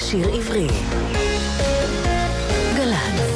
שיר עברי. גל"צ.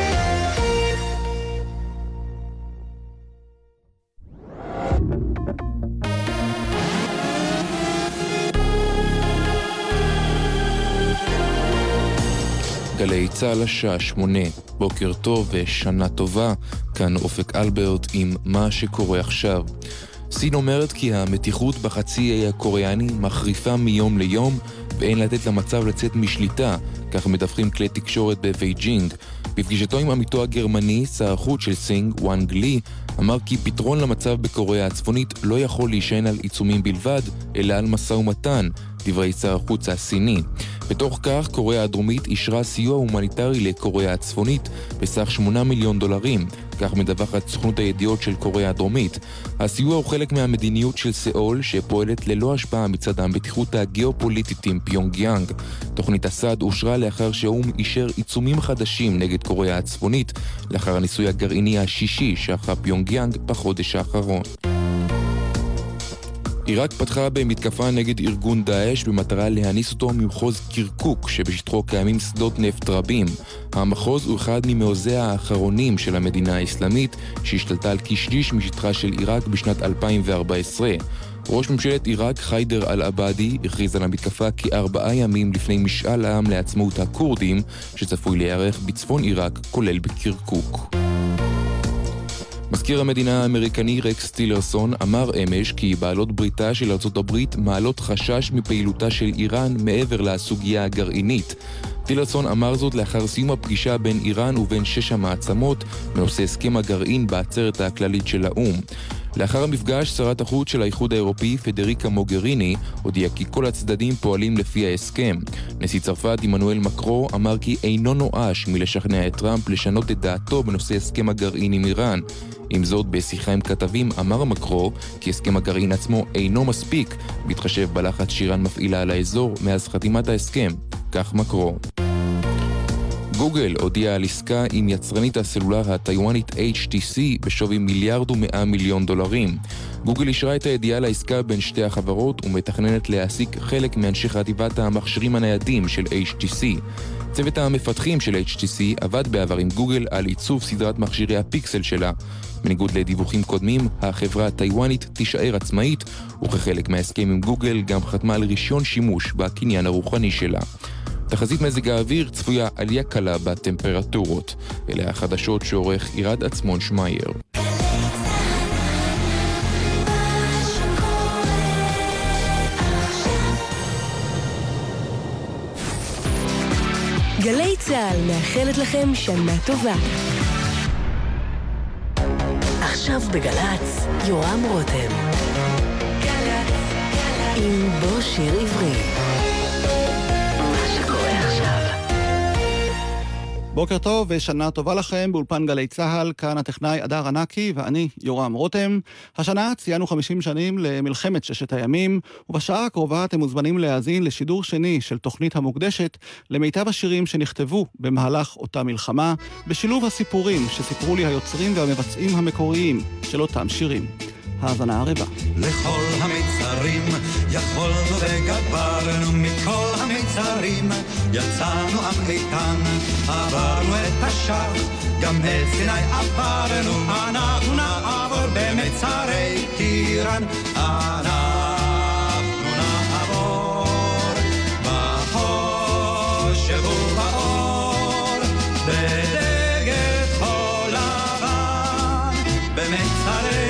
גלי צהל השעה 8, בוקר טוב ושנה טובה, כאן אופק אלברט עם מה שקורה עכשיו. סין אומרת כי המתיחות בחצי האי הקוריאני מחריפה מיום ליום ואין לתת למצב לצאת משליטה, כך מדווחים כלי תקשורת בבייג'ינג. בפגישתו עם עמיתו הגרמני, שר החוץ של סין, וואנג לי, אמר כי פתרון למצב בקוריאה הצפונית לא יכול להישען על עיצומים בלבד, אלא על משא ומתן, דברי שר החוץ הסיני. בתוך כך, קוריאה הדרומית אישרה סיוע הומניטרי לקוריאה הצפונית בסך $8 מיליון, כך מדווחת סוכנות הידיעות של קוריאה הדרומית. הסיוע הוא חלק מהמדיניות של סאול שפועלת ללא השפעה מצד המתיחות הגיאופוליטית עם פיונגיאנג. תוכנית הסעד אושרה לאחר שהאו"ם אישר עיצומים חדשים נגד קוריאה הצפונית, לאחר הניסוי הגרעיני השישי שערכה פיונגיאנג בחודש האחרון. עיראק פתחה במתקפה נגד ארגון דאעש במטרה להניס אותו ממחוז קירקוק שבשטחו קיימים שדות נפט רבים. המחוז הוא אחד ממעוזיה האחרונים של המדינה האסלאמית שהשתלטה על כשליש משטחה של עיראק בשנת 2014. ראש ממשלת עיראק חיידר אל-עבאדי הכריז על המתקפה כ4 ימים לפני משאל העם לעצמאות הכורדים שצפוי להיערך בצפון עיראק כולל בקירקוק. מזכיר המדינה האמריקני רקס טילרסון אמר אמש כי בעלות בריתה של ארצות הברית מעלות חשש מפעילותה של איראן מעבר לסוגיה הגרעינית. טילרסון אמר זאת לאחר סיום הפגישה בין איראן ובין 6 המעצמות בנושא הסכם הגרעין בעצרת הכללית של האו"ם. לאחר המפגש, שרת החוץ של האיחוד האירופי, פדריקה מוגריני, הודיע כי כל הצדדים פועלים לפי ההסכם. נשיא צרפת, עמנואל מקרו, אמר כי אינו נואש מלשכנע את טראמפ לשנות את דעתו בנושא הסכם הגרעין עם איראן. עם זאת, בשיחה עם כתבים אמר מקרו כי הסכם הגרעין עצמו אינו מספיק, בהתחשב בלחץ שאיראן מפעילה על האזור מאז חתימת ההסכם. כך מקרו. גוגל הודיעה על עסקה עם יצרנית הסלולר הטיוואנית HTC בשווי $1.1 מיליון. גוגל אישרה את הידיעה לעסקה בין שתי החברות ומתכננת להעסיק חלק מאנשי חטיבת המכשירים הניידים של HTC. צוות המפתחים של HTC עבד בעבר עם גוגל על עיצוב סדרת מכשירי הפיקסל שלה. בניגוד לדיווחים קודמים, החברה הטיוואנית תישאר עצמאית, וכחלק מההסכם עם גוגל גם חתמה על רישיון שימוש בקניין הרוחני שלה. תחזית מזג האוויר צפויה עלייה קלה בטמפרטורות. אלה החדשות שעורך עירד עצמון שמייר. גלי צהל מאחלת לכם שנה טובה. עכשיו בגל"צ, יורם רותם. עם בו שיר עברי. בוקר טוב ושנה טובה לכם באולפן גלי צהל, כאן הטכנאי אדר ענקי ואני יורם רותם. השנה ציינו 50 שנים למלחמת ששת הימים, ובשעה הקרובה אתם מוזמנים להאזין לשידור שני של תוכנית המוקדשת למיטב השירים שנכתבו במהלך אותה מלחמה, בשילוב הסיפורים שסיפרו לי היוצרים והמבצעים המקוריים של אותם שירים. האזנה הרבה. לכל המצרים יכולנו וגברנו, מכל המצרים יצאנו עם איתן, עברנו את השח, גם את סיני עברנו, אנחנו נעבור במצרי טירן, אנחנו נעבור בחושך ובאור, בדגל כל לבן, במצרי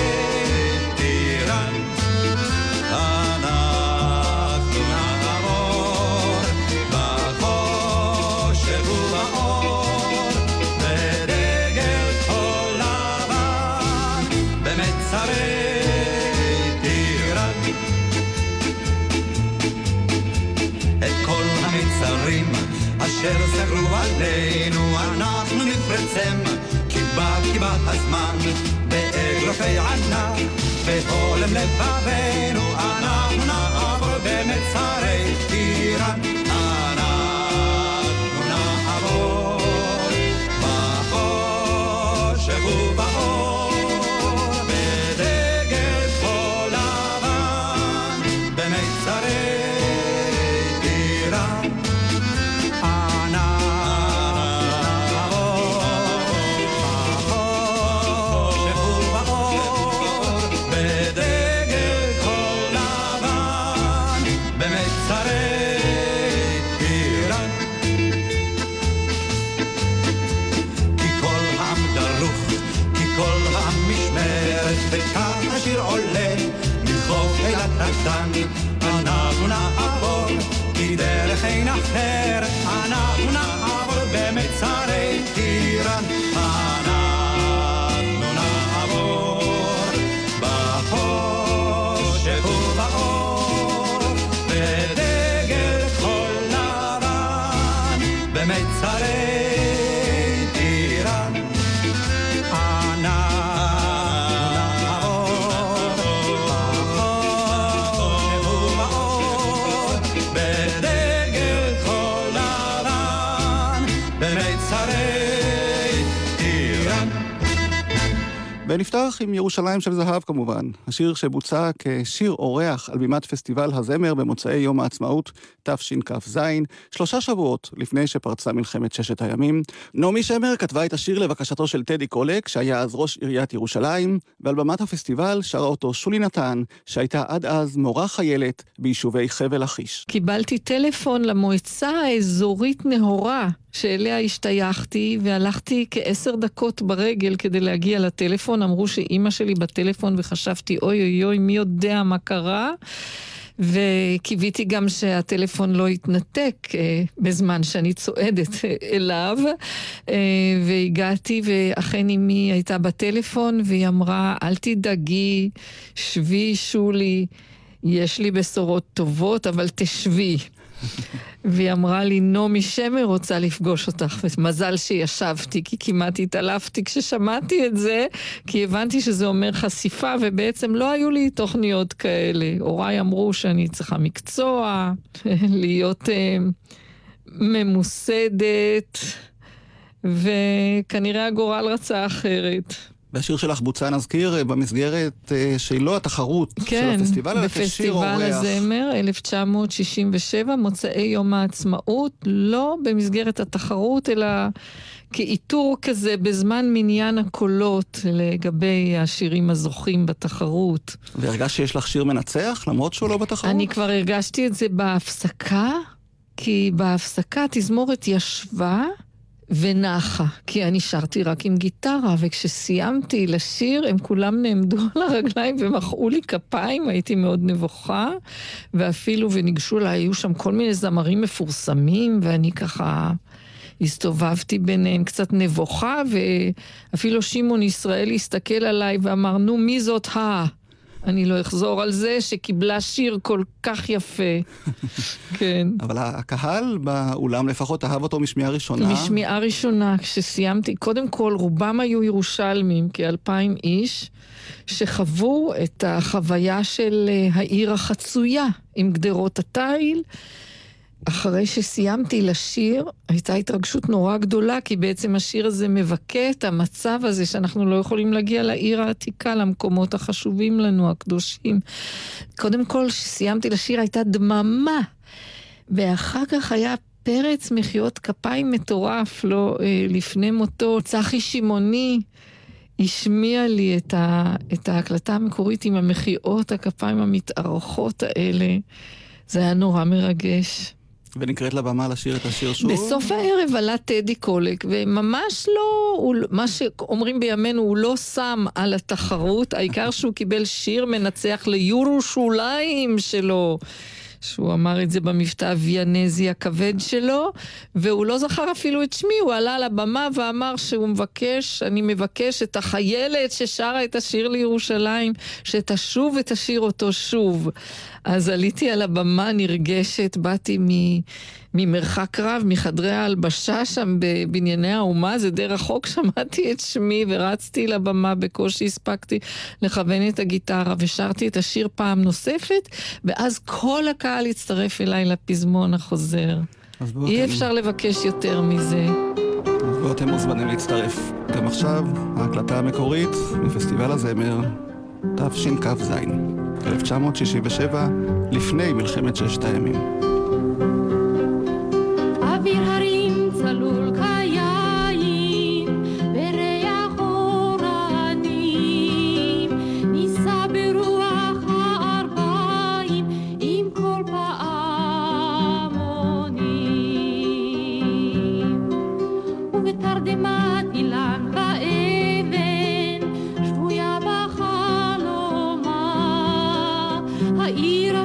אשר סגרו עלינו אנחנו נפרצם כי בא הזמן באגרופי ענק בהולם לבבינו אנחנו נעבור במצרי טירן אנחנו נעבור בחושך ובאור בדגל כל לבן במצרי טירן קטן, אנחנו נעבור, כי דרך אין אחרת, אנחנו נעבור במצרי טיראן, אנחנו נעבור בחושך ובאור, בדגל כחול לבן, במצרי טיראן, ונפתח עם ירושלים של זהב כמובן, השיר שבוצע כשיר אורח על בימת פסטיבל הזמר במוצאי יום העצמאות תשכ"ז, 3 שבועות לפני שפרצה מלחמת ששת הימים. נעמי שמר כתבה את השיר לבקשתו של טדי קולק, שהיה אז ראש עיריית ירושלים, ועל במת הפסטיבל שרה אותו שולי נתן, שהייתה עד אז מורה חיילת ביישובי חבל לכיש. קיבלתי טלפון למועצה האזורית נהורה, שאליה השתייכתי, והלכתי כ10 דקות ברגל כדי להגיע לטלפון. אמרו שאימא שלי בטלפון, וחשבתי, אוי אוי אוי, מי יודע מה קרה? וקיוויתי גם שהטלפון לא יתנתק בזמן שאני צועדת אליו, והגעתי, ואכן אמי הייתה בטלפון, והיא אמרה, אל תדאגי, שבי שולי, יש לי בשורות טובות, אבל תשבי. והיא אמרה לי, נעמי שמר רוצה לפגוש אותך, ומזל שישבתי, כי כמעט התעלפתי כששמעתי את זה, כי הבנתי שזה אומר חשיפה, ובעצם לא היו לי תוכניות כאלה. הוריי אמרו שאני צריכה מקצוע, להיות ממוסדת, וכנראה הגורל רצה אחרת. והשיר שלך בוצע, נזכיר, במסגרת שהיא לא התחרות של הפסטיבל, אלא כשיר אורח. בפסטיבל הזמר, 1967, מוצאי יום העצמאות, לא במסגרת התחרות, אלא כאיתור כזה בזמן מניין הקולות לגבי השירים הזוכים בתחרות. והרגש שיש לך שיר מנצח, למרות שהוא לא בתחרות? אני כבר הרגשתי את זה בהפסקה, כי בהפסקה תזמורת ישבה, ונחה, כי אני שרתי רק עם גיטרה, וכשסיימתי לשיר, הם כולם נעמדו על הרגליים ומחאו לי כפיים, הייתי מאוד נבוכה, ואפילו וניגשו לה, היו שם כל מיני זמרים מפורסמים, ואני ככה הסתובבתי ביניהם קצת נבוכה, ואפילו שמעון ישראלי הסתכל עליי ואמר, נו, מי זאת אני לא אחזור על זה, שקיבלה שיר כל כך יפה. כן. אבל הקהל באולם לפחות אהב אותו משמיעה ראשונה. משמיעה ראשונה, כשסיימתי, קודם כל רובם היו ירושלמים, כ2,000 איש, שחוו את החוויה של העיר החצויה, עם גדרות התיל. אחרי שסיימתי לשיר, הייתה התרגשות נורא גדולה, כי בעצם השיר הזה מבכה את המצב הזה, שאנחנו לא יכולים להגיע לעיר העתיקה, למקומות החשובים לנו, הקדושים. קודם כל, כשסיימתי לשיר, הייתה דממה, ואחר כך היה פרץ מחיאות כפיים מטורף, לא לפני מותו. צחי שמעוני השמיע לי את ההקלטה המקורית עם המחיאות הכפיים המתארכות האלה. זה היה נורא מרגש. ונקראת לבמה לשיר את השיר שוב? בסוף הערב עלה טדי קולק, וממש לא, מה שאומרים בימינו, הוא לא שם על התחרות, העיקר שהוא קיבל שיר מנצח לירושלים שלו, שהוא אמר את זה במבטא הוויאנזי הכבד שלו, והוא לא זכר אפילו את שמי, הוא עלה על הבמה ואמר שהוא מבקש, אני מבקש את החיילת ששרה את השיר לירושלים, שתשוב ותשיר אותו שוב. אז עליתי על הבמה נרגשת, באתי ממרחק רב, מחדרי ההלבשה שם בבנייני האומה, זה די רחוק, שמעתי את שמי ורצתי לבמה, בקושי הספקתי לכוון את הגיטרה ושרתי את השיר פעם נוספת, ואז כל הקהל הצטרף אליי לפזמון החוזר. אי אפשר לבקש יותר מזה. ואתם מוזמנים להצטרף. גם עכשיו, ההקלטה המקורית מפסטיבל הזמר תשכ"ז, 1967, לפני מלחמת ששת הימים. אוויר הרים צלול כיין, בריח אורנים, ניסה ברוח הארבעים, עם כל פעמונים. ובתרדמת אילן ואבן, שבויה בחלומה, העיר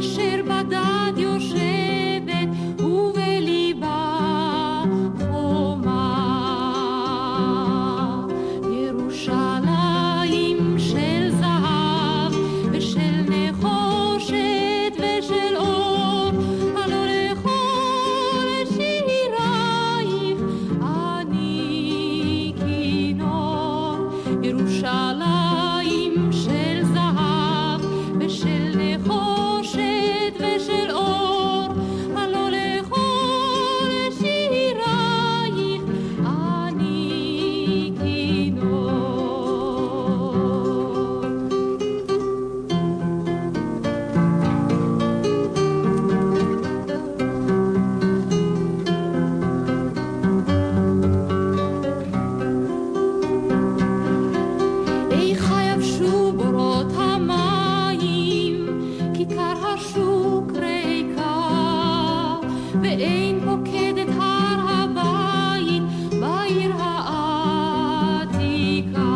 רוקדת הר הבית בעיר העתיקה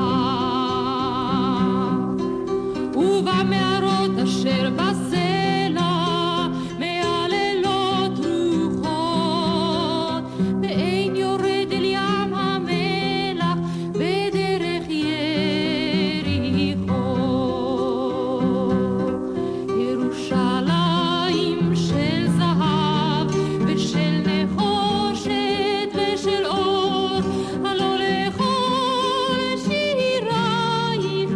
ובמערות אשר בסלע מעללות רוחות ואין יורד אל ים המלח בדרך יריחו ירושלים של זהב ושל נחושת ושל אור הלא לכל שירייך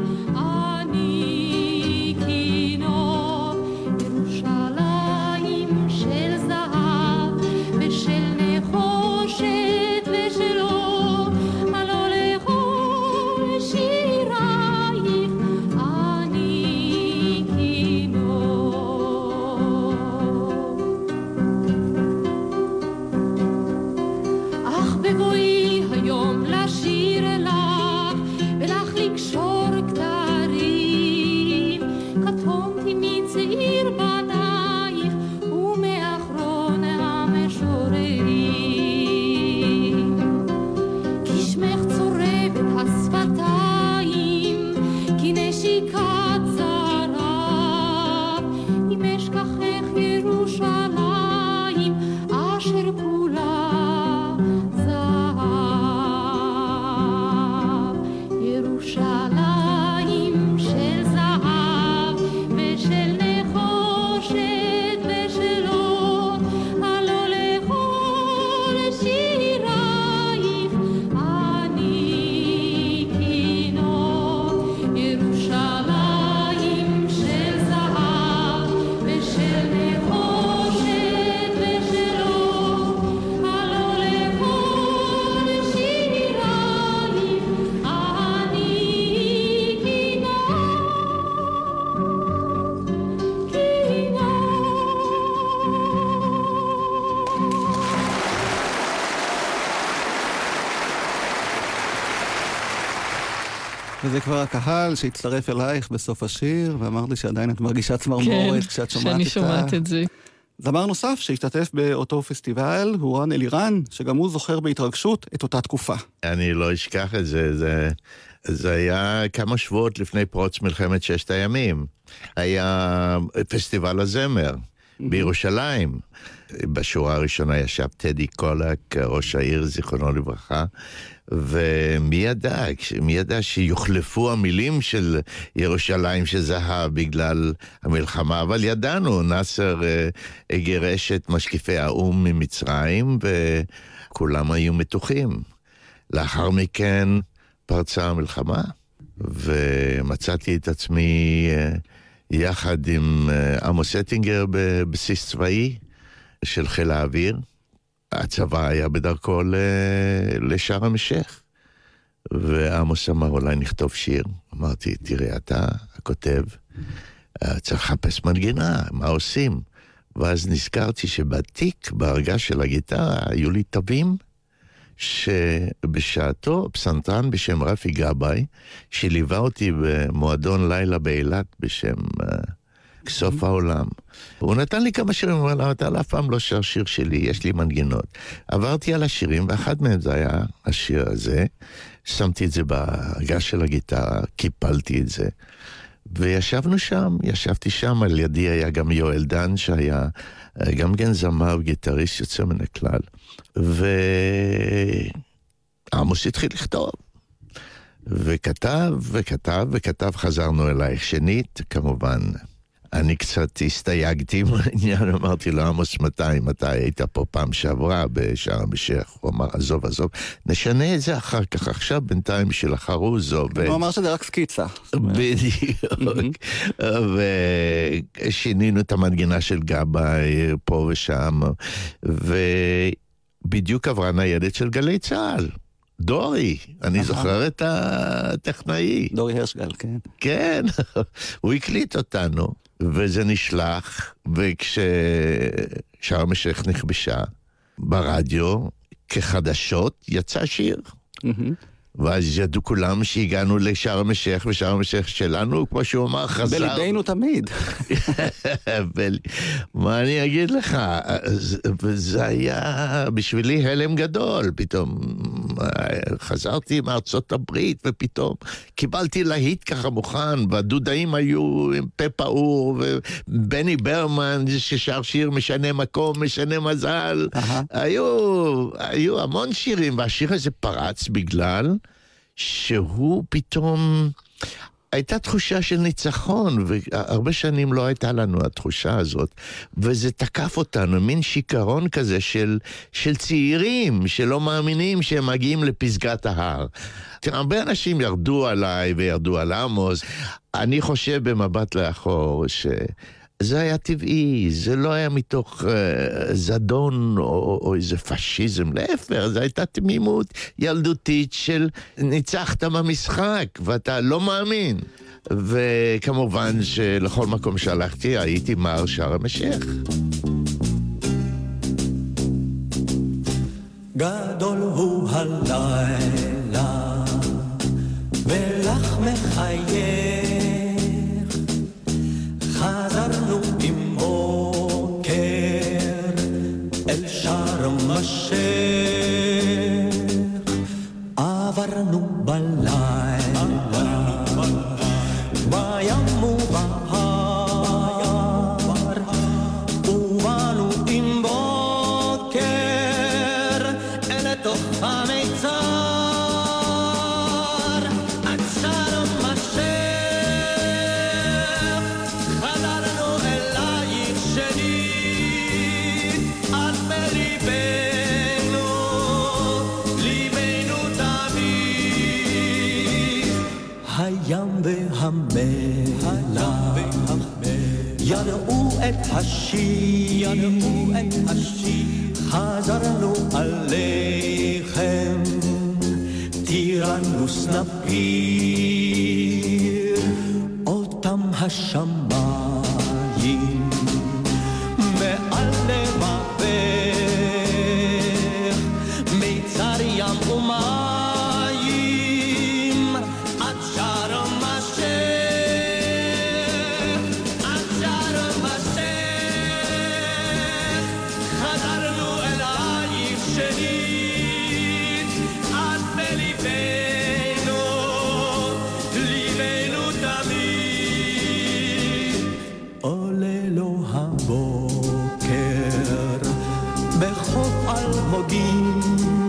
אני כינור ירושלים של זהב ושל נחושת ושל אור הלא לכל שירייך אני כינור אך בבואי היום לשיר לך ולך לקשור כתרים קטונתי מצעיר בנייך ומאחרון המשוררים כי שמך צורבת השפתיים כי נשיקת זרב אם אשכחך ירושלים אשר כולה זהב ירושלים של זהב ושל נחושת ושל אור הלא לכל שירייך אני כינור ירושלים של זהב ושל נחושת ושל אור הלא לכל שירייך אני וזה כבר הקהל שהצטרף אלייך בסוף השיר, ואמרת לי שעדיין את מרגישה צמרמורת כשאת שומעת שאני שומעת את זה. זמר נוסף שהשתתף באותו פסטיבל הוא רן אלירן, שגם הוא זוכר בהתרגשות את אותה תקופה. אני לא אשכח את זה, זה היה כמה שבועות לפני פרוץ מלחמת ששת הימים. היה פסטיבל הזמר בירושלים. בשורה הראשונה ישב טדי קולק, ראש העיר, זיכרונו לברכה, ומי ידע שיוחלפו המילים של ירושלים שזהב בגלל המלחמה, אבל ידענו, נאסר גירש את משקיפי האום ממצרים, וכולם היו מתוחים. לאחר מכן פרצה המלחמה, ומצאתי את עצמי יחד עם עמוס אטינגר בבסיס צבאי של חיל האוויר. הצבא היה בדרכו לשאר המשך, ועמוס אמר אולי נכתוב שיר. אמרתי, תראה, אתה הכותב, צריך לחפש מנגינה, מה עושים? ואז נזכרתי שבתיק, בהרגש של הגיטרה, היו לי תווים, שבשעתו פסנתרן בשם רפי גבאי, שליווה אותי במועדון לילה באילת בשם סוף העולם. הוא נתן לי כמה שירים, הוא אמר, אתה אף פעם לא שר שיר שלי, יש לי מנגינות. עברתי על השירים, ואחד מהם זה היה השיר הזה, שמתי את זה בהרגש של הגיטרה, קיפלתי את זה, וישבנו שם, ישבתי שם, על ידי היה גם יואל דן, שהיה גם כן זמר וגיטריסט יוצא מן הכלל, ועמוס התחיל לכתוב, וכתב, חזרנו אלייך שנית, כמובן, אני קצת הסתייגתי מהעניין, אמרתי לו, עמוס, מתי היית פה פעם שעברה בשער המשך? הוא אמר, עזוב, נשנה את זה אחר כך, עכשיו בינתיים של החרוז. הוא אמר שזה רק סקיצה. בדיוק. ושינינו את המנגינה של גבאי פה ושם, ובדיוק עברה ניידת של גלי צהל. דורי, אני זוכר את הטכנאי. דורי הרשגל, כן. כן, הוא הקליט אותנו, וזה נשלח, וכששער המשך נכבשה ברדיו, כחדשות, יצא שיר. ואז ידעו כולם שהגענו לשארם א-שייח, ושארם א-שייח שלנו, כמו שהוא אמר, חזר. בליבנו תמיד. מה אני אגיד לך? זה היה בשבילי הלם גדול. פתאום חזרתי מארצות הברית, ופתאום קיבלתי להיט ככה מוכן, והדודאים היו עם פה פעור, ובני ברמן ששר שיר משנה מקום, משנה מזל. היו המון שירים, והשיר הזה פרץ בגלל שהוא פתאום... הייתה תחושה של ניצחון, והרבה שנים לא הייתה לנו התחושה הזאת, וזה תקף אותנו, מין שיקרון כזה של צעירים שלא מאמינים שהם מגיעים לפסגת ההר. הרבה אנשים ירדו עליי וירדו על עמוס. אני חושב במבט לאחור זה היה טבעי, זה לא היה מתוך זדון או איזה פשיזם, להפך, זה הייתה תמימות ילדותית של ניצחת במשחק ואתה לא מאמין. וכמובן שלכל מקום שהלכתי הייתי מר שארם א-שייח. גדול הוא הלילה ולך מחייך, חזרנו עם בוקר אל שארם א-שייח, עברנו בלילה בים ובהר, ובאנו עם בוקר אל תוך המיצר, עד שארם א-שייח חזרנו אלייך שנית, את בליבנו, ליבנו תמיד. הים והמלח ידעו את השיר, חזרנו עליכם, טירנוס נפיר, אותם השמיים מעל לבבך, מיצר ים ומים, עד שארם א-שייח, עד שארם א-שייח, חזרנו אלייך שנית, את בליבנו, ליבנו תמיד. עולה לו הבוקר בחוף אלמוגים,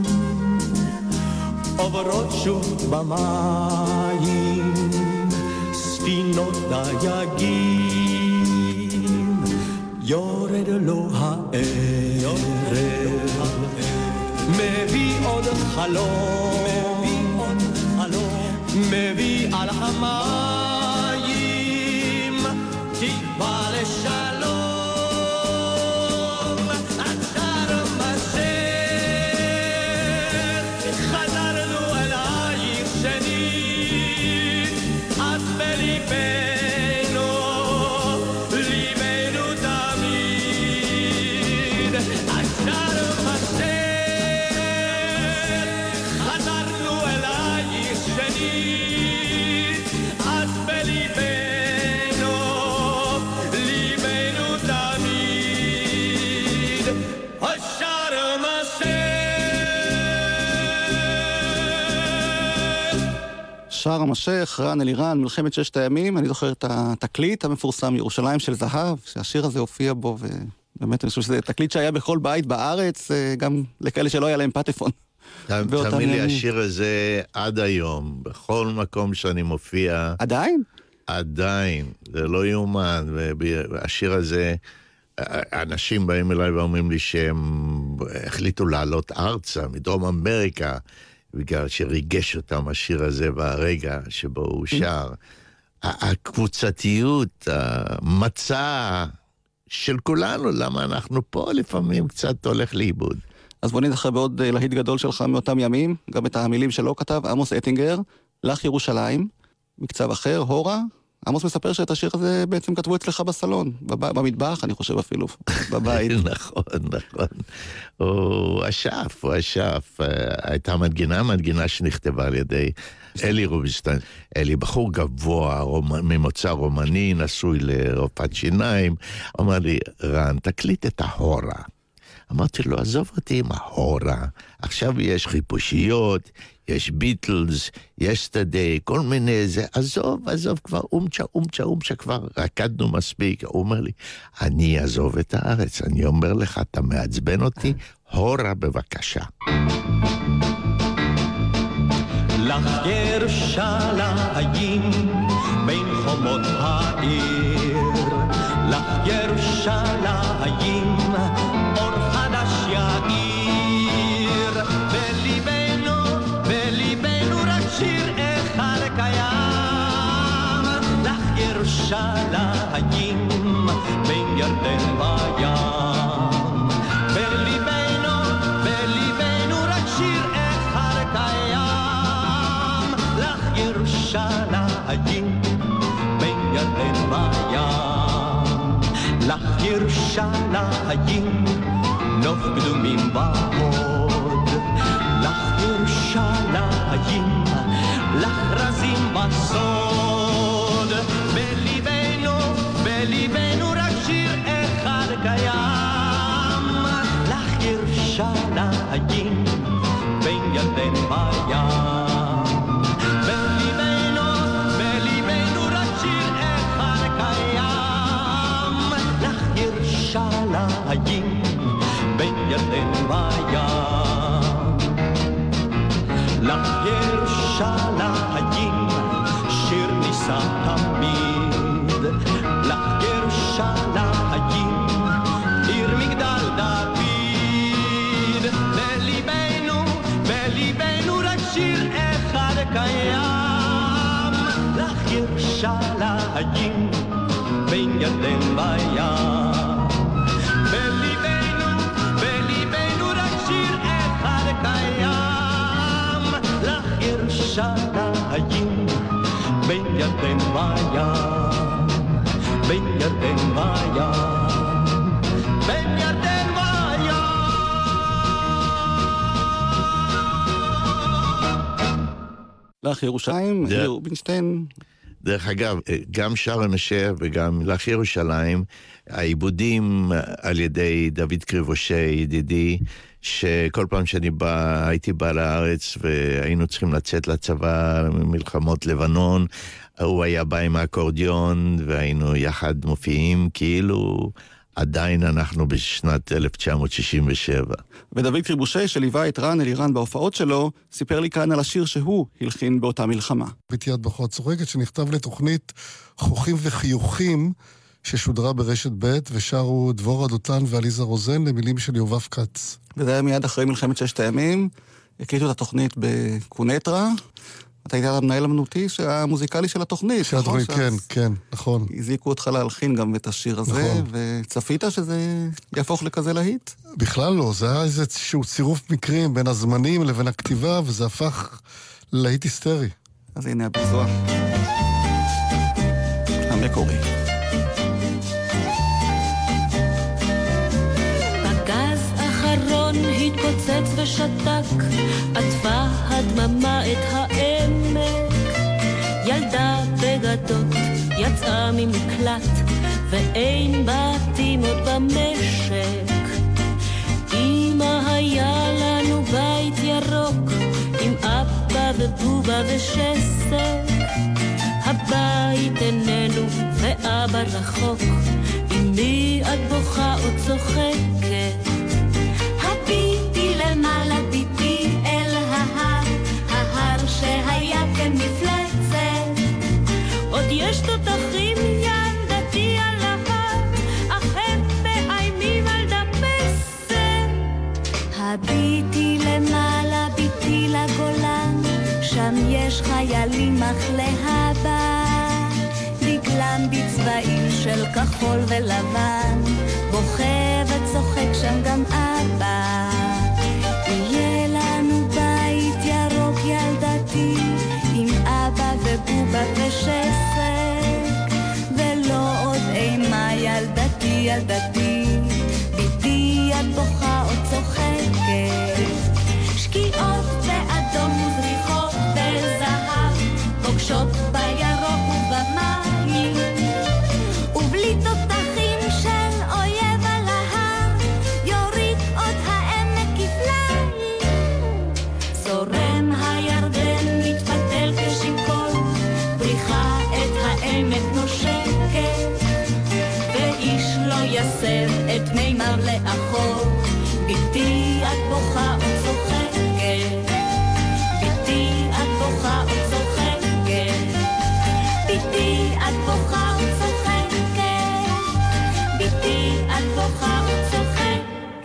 עוברות שוב במים ספינות דייגים, יורד לו הערב, מביא עוד חלום, מביא על המים תקווה לשלום, עד שארם א-שייח חזרנו אלייך שנית, את בליבנו, ליבנו תמיד, עד שארם א-שייח חזרנו אלייך שנית, את בליבנו, ליבנו תמיד, עד שארם א-שייח. שארם א-שייח, רן אלירן, מלחמת ששת הימים. אני זוכר את התקליט המפורסם, ירושלים של זהב, שהשיר הזה הופיע בו, ובאמת אני חושב שזה תקליט שהיה בכל בית בארץ, גם לכאלה שלא היה להם פטפון. תאמין לי, השיר הזה עד היום, בכל מקום שאני מופיע... עדיין? עדיין, זה לא יאומן. והשיר הזה, אנשים באים אליי ואומרים לי שהם החליטו לעלות ארצה מדרום אמריקה, בגלל שריגש אותם השיר הזה ברגע שבו הוא שר. הקבוצתיות, המצע של כולנו, למה אנחנו פה לפעמים קצת הולך לאיבוד. אז בוא נדחה בעוד להיט גדול שלך מאותם ימים, גם את המילים שלו כתב עמוס אטינגר, לך ירושלים, מקצב אחר, הורה, עמוס מספר שאת השיר הזה בעצם כתבו אצלך בסלון, במטבח, אני חושב אפילו, בבית. נכון. הוא אשף. הייתה מנגינה שנכתבה על ידי אלי רובינשטיין. אלי בחור גבוה, ממוצא רומני, נשוי לרופאת שיניים. אמר לי, רן, תקליט את ההורה. אמרתי לו, עזוב אותי עם ההורה. עכשיו יש חיפושיות, יש ביטלס, יש סטדי, כל מיני זה. עזוב, כבר אומצ'ה, כבר רקדנו מספיק. הוא אומר לי, אני אעזוב את הארץ. אני אומר לך, אתה מעצבן אותי, הורה בבקשה. לך ירושלים בין חומות העיר, לך ירושלים אור חדש יאיר, בליבנו רק שיר אחד קיים, לך ירושלים בין ירדן וים, בליבנו רק שיר אחד קיים, לך ירושלים בין ירדן וים, לך ירושלים נוף קדומים בהוד, לך ירושלים לך רזים בסוד, בליבנו רק שיר אחד קיים, לך ירושלים בין ירדן וים, בליבנו רק שיר אחד קיים, לך ירושלים בין ירדן וים, לך ירושלים שיר נישא תמיד, לך ירושלים עיר מגדל דוד, בליבנו רק שיר אחד קיים, לך ירושלים בין ירדן וים, בליבנו רק שיר אחד קיים, לך ירושלים בין ירדן וים, בין ירדן וים, בין ירדן וים. לך ירושלים, אלי רובינשטיין. דרך אגב, גם שארם א-שייח וגם לך ירושלים, העיבודים על ידי דוד קריבושה, ידידי, שכל פעם הייתי בא לארץ והיינו צריכים לצאת לצבא, מלחמות לבנון, הוא היה בא עם האקורדיון והיינו יחד מופיעים, כאילו עדיין אנחנו בשנת 1967. ודוד קריבושה, שליווה את רן אלירן בהופעות שלו, סיפר לי כאן על השיר שהוא הלחין באותה מלחמה. ביתי יד בחורה צורגת, שנכתב לתוכנית חוכים וחיוכים, ששודרה ברשת ב' ושרו דבורה דותן ועליזה רוזן למילים של יובב כץ. וזה היה מיד אחרי מלחמת ששת הימים, הקליטו את התוכנית בקונטרה, אתה היית המנהל המנותי המוזיקלי של התוכנית. של התוכנית, כן, נכון. הזיקו אותך להלחין גם את השיר הזה, נכון. וצפית שזה יהפוך לכזה להיט? בכלל לא, זה היה איזשהו צירוף מקרים בין הזמנים לבין הכתיבה, וזה הפך להיט היסטרי. אז הנה הביצוע המקורי. פגז אחרון התפוצץ ושתק, עטפה הדממה את העמק, ילדה בגדות יצאה ממקלט, ואין בתים עוד במשק. אמא היה לנו בית ירוק, עם אבא ובובה ושסק, הבית איננו ואבא רחוק, עם מי את בוכה או צוחקת? הביטי למעלה, ביטי אל ההר, ההר שהיה כמפלצת, עוד יש תותחים ילדתי על ההר, אך הם מאיימים על דמשק. הביטי למעלה, ביטי לגולן, שם יש חיילים אך להבא, דגלם בצבעים של כחול ולבן, בוכה וצוחק שם גם אבא. יהיה לנו בית ירוק ילדתי, עם אבא ובובה ושסק, ילדתי, ביתי את בוכה או צוחקת, שקיעות באדום וזריחות בזהב, פוגשות בירוק ובמים, ובלי תותחים של אויב על ההר, יוריק עוד העמק כפליים. זורם הירדן מתפתל כשיכור, בריחה את העמק נושקת, ואיש לא יסב את מימר לאחור. ביתי את בוכה וצוחקת, ביתי את בוכה וצוחקת, ביתי את בוכה וצוחקת, ביתי את בוכה וצוחקת.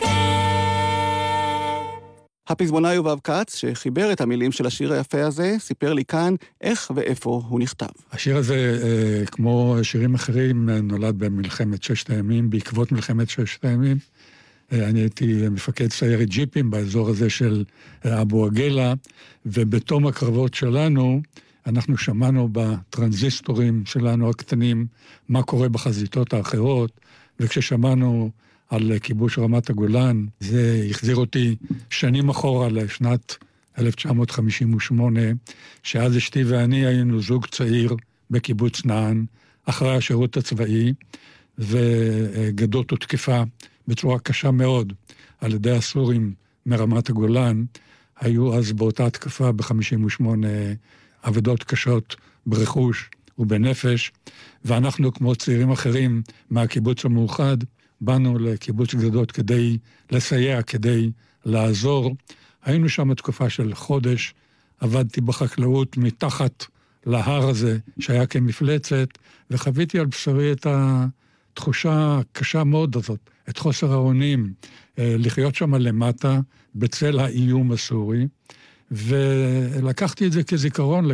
הפזמונאי יובב כץ, שחיבר את המילים של השיר היפה הזה, סיפר לי כאן איך ואיפה הוא נכתב. השיר הזה, כמו שירים אחרים, נולד במלחמת ששת הימים, בעקבות מלחמת ששת הימים. אני הייתי מפקד סיירת ג'יפים באזור הזה של אבו עגלה, ובתום הקרבות שלנו, אנחנו שמענו בטרנזיסטורים שלנו הקטנים, מה קורה בחזיתות האחרות, וכששמענו על כיבוש רמת הגולן, זה החזיר אותי שנים אחורה לשנת 1958, שאז אשתי ואני היינו זוג צעיר בקיבוץ נען, אחרי השירות הצבאי, וגדות הותקפה בצורה קשה מאוד על ידי הסורים מרמת הגולן. היו אז באותה התקפה ב-58 עבודות קשות ברכוש ובנפש, ואנחנו כמו צעירים אחרים מהקיבוץ המאוחד, באנו לקיבוץ גדות כדי לסייע, כדי לעזור. היינו שם תקופה של חודש, עבדתי בחקלאות מתחת להר הזה שהיה כמפלצת, וחוויתי על בשרי את התחושה הקשה מאוד הזאת, את חוסר האונים, לחיות שם למטה בצל האיום הסורי, ולקחתי את זה כזיכרון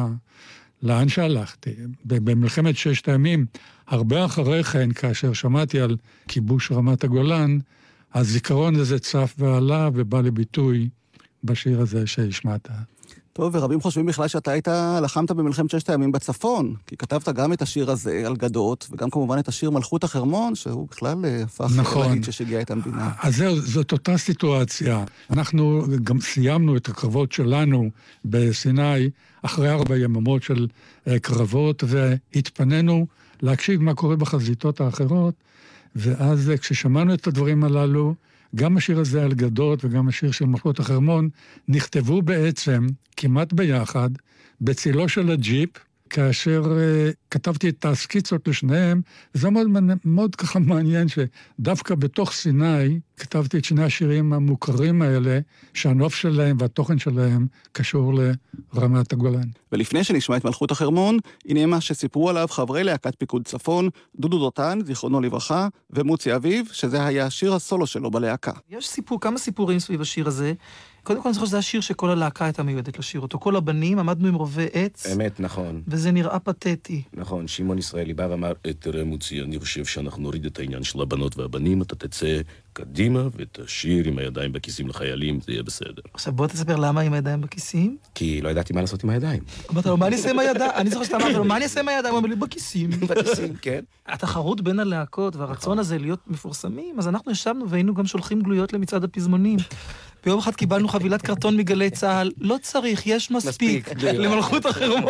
לאן שהלכתי. במלחמת ששת הימים, הרבה אחרי כן, כאשר שמעתי על כיבוש רמת הגולן, הזיכרון הזה צף ועלה ובא לביטוי בשיר הזה שהשמעת. טוב, ורבים חושבים בכלל שאתה לחמת במלחמת ששת הימים בצפון, כי כתבת גם את השיר הזה על גדות, וגם כמובן את השיר מלכות החרמון, שהוא בכלל הפך להגיד ששיגע את המדינה. אז זהו, זאת אותה סיטואציה. אנחנו גם סיימנו את הקרבות שלנו בסיני, אחרי 4 יממות של קרבות, והתפנינו להקשיב מה קורה בחזיתות האחרות, ואז כששמענו את הדברים הללו, גם השיר הזה על גדות וגם השיר של מלכות החרמון נכתבו בעצם כמעט ביחד בצילו של הג'יפ, כאשר כתבתי את הסקיצות לשניהם. זה מאוד, מאוד ככה מעניין שדווקא בתוך סיני כתבתי את שני השירים המוכרים האלה, שהנוף שלהם והתוכן שלהם קשור לרמת הגולן. ולפני שנשמע את מלכות החרמון, הנה מה שסיפרו עליו חברי להקת פיקוד צפון, דודו דותן, זיכרונו לברכה, ומוצי אביב, שזה היה שיר הסולו שלו בלהקה. יש כמה סיפורים סביב השיר הזה. קודם כל אני זוכר שזה השיר שכל הלהקה הייתה מיועדת לשיר אותו. כל הבנים עמדנו עם רובי עץ. אמת, נכון. וזה נראה פתטי. נכון, שמעון ישראלי בא ואמר, תראה מוצי, אני חושב שאנחנו נוריד את העניין של הבנות והבנים, אתה תצא קדימה ותשיר עם הידיים בכיסים לחיילים, זה יהיה בסדר. עכשיו בוא תספר למה עם הידיים בכיסים. כי לא ידעתי מה לעשות עם הידיים. אמרת לו, מה אני אעשה עם הידיים? אני זוכר שאתה אמרת לו, מה אני אעשה עם הידיים? הוא אמר לי, בכיסים. בכיסים, כן. התחרות בין הלהקות והרצון הזה להיות מפורסמים, אז אנחנו ישבנו והיינו גם שולחים גלויות למצעד הפזמונים. ביום אחד קיבלנו חבילת קרטון מגלי צהל, לא צריך, יש מספיק למלכות החרמון.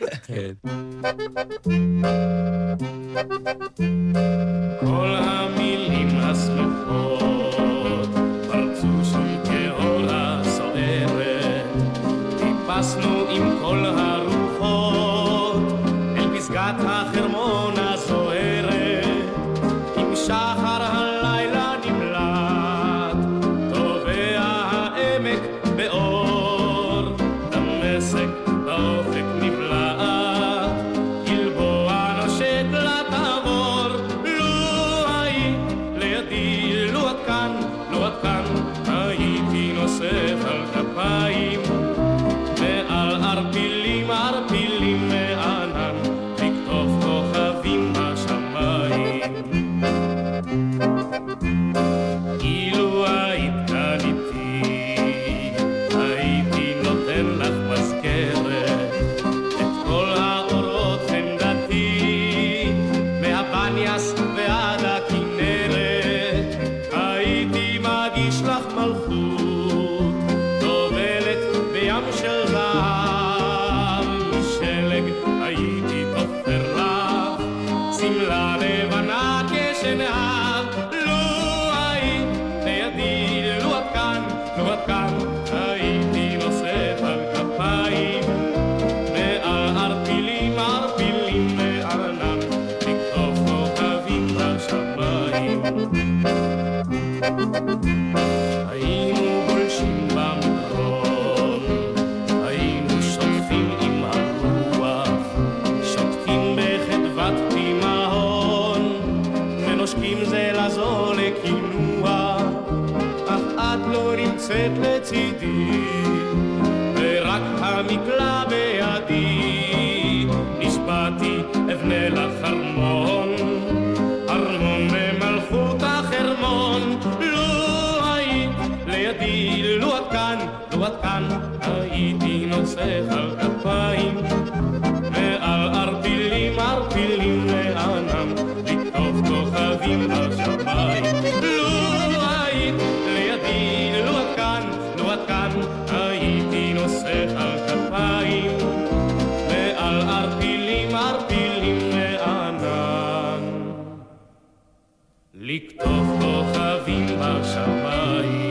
כל המילים השמחות פרצו שום כאור הסוערת, טיפסנו עם כל הרוחות אל פסגת החרמון הסוערת, עם שחר הלילה נמלט טובע העמק באור, דמשק באופק נבלט, גלבוע נושק לתעבור. לו היית לידי, לו את כאן, הייתי נוסף על כפיים ועל ערפילים מענן, לקטוף כוכבים בשמיים. אילו היית כאן איתי, הייתי נותן לך מזכרת את כל האורות חמדתי, מהבניאס ועד הכנרת. לו את כאן, הייתי נוצח על כפיים, ועל ערפילים לענם, לכתוב כוכבים בשמיים. לו היית לידי, לו את כאן, הייתי נוצח על כפיים, ועל ערפילים לענן, לכתוב כוכבים בשמיים.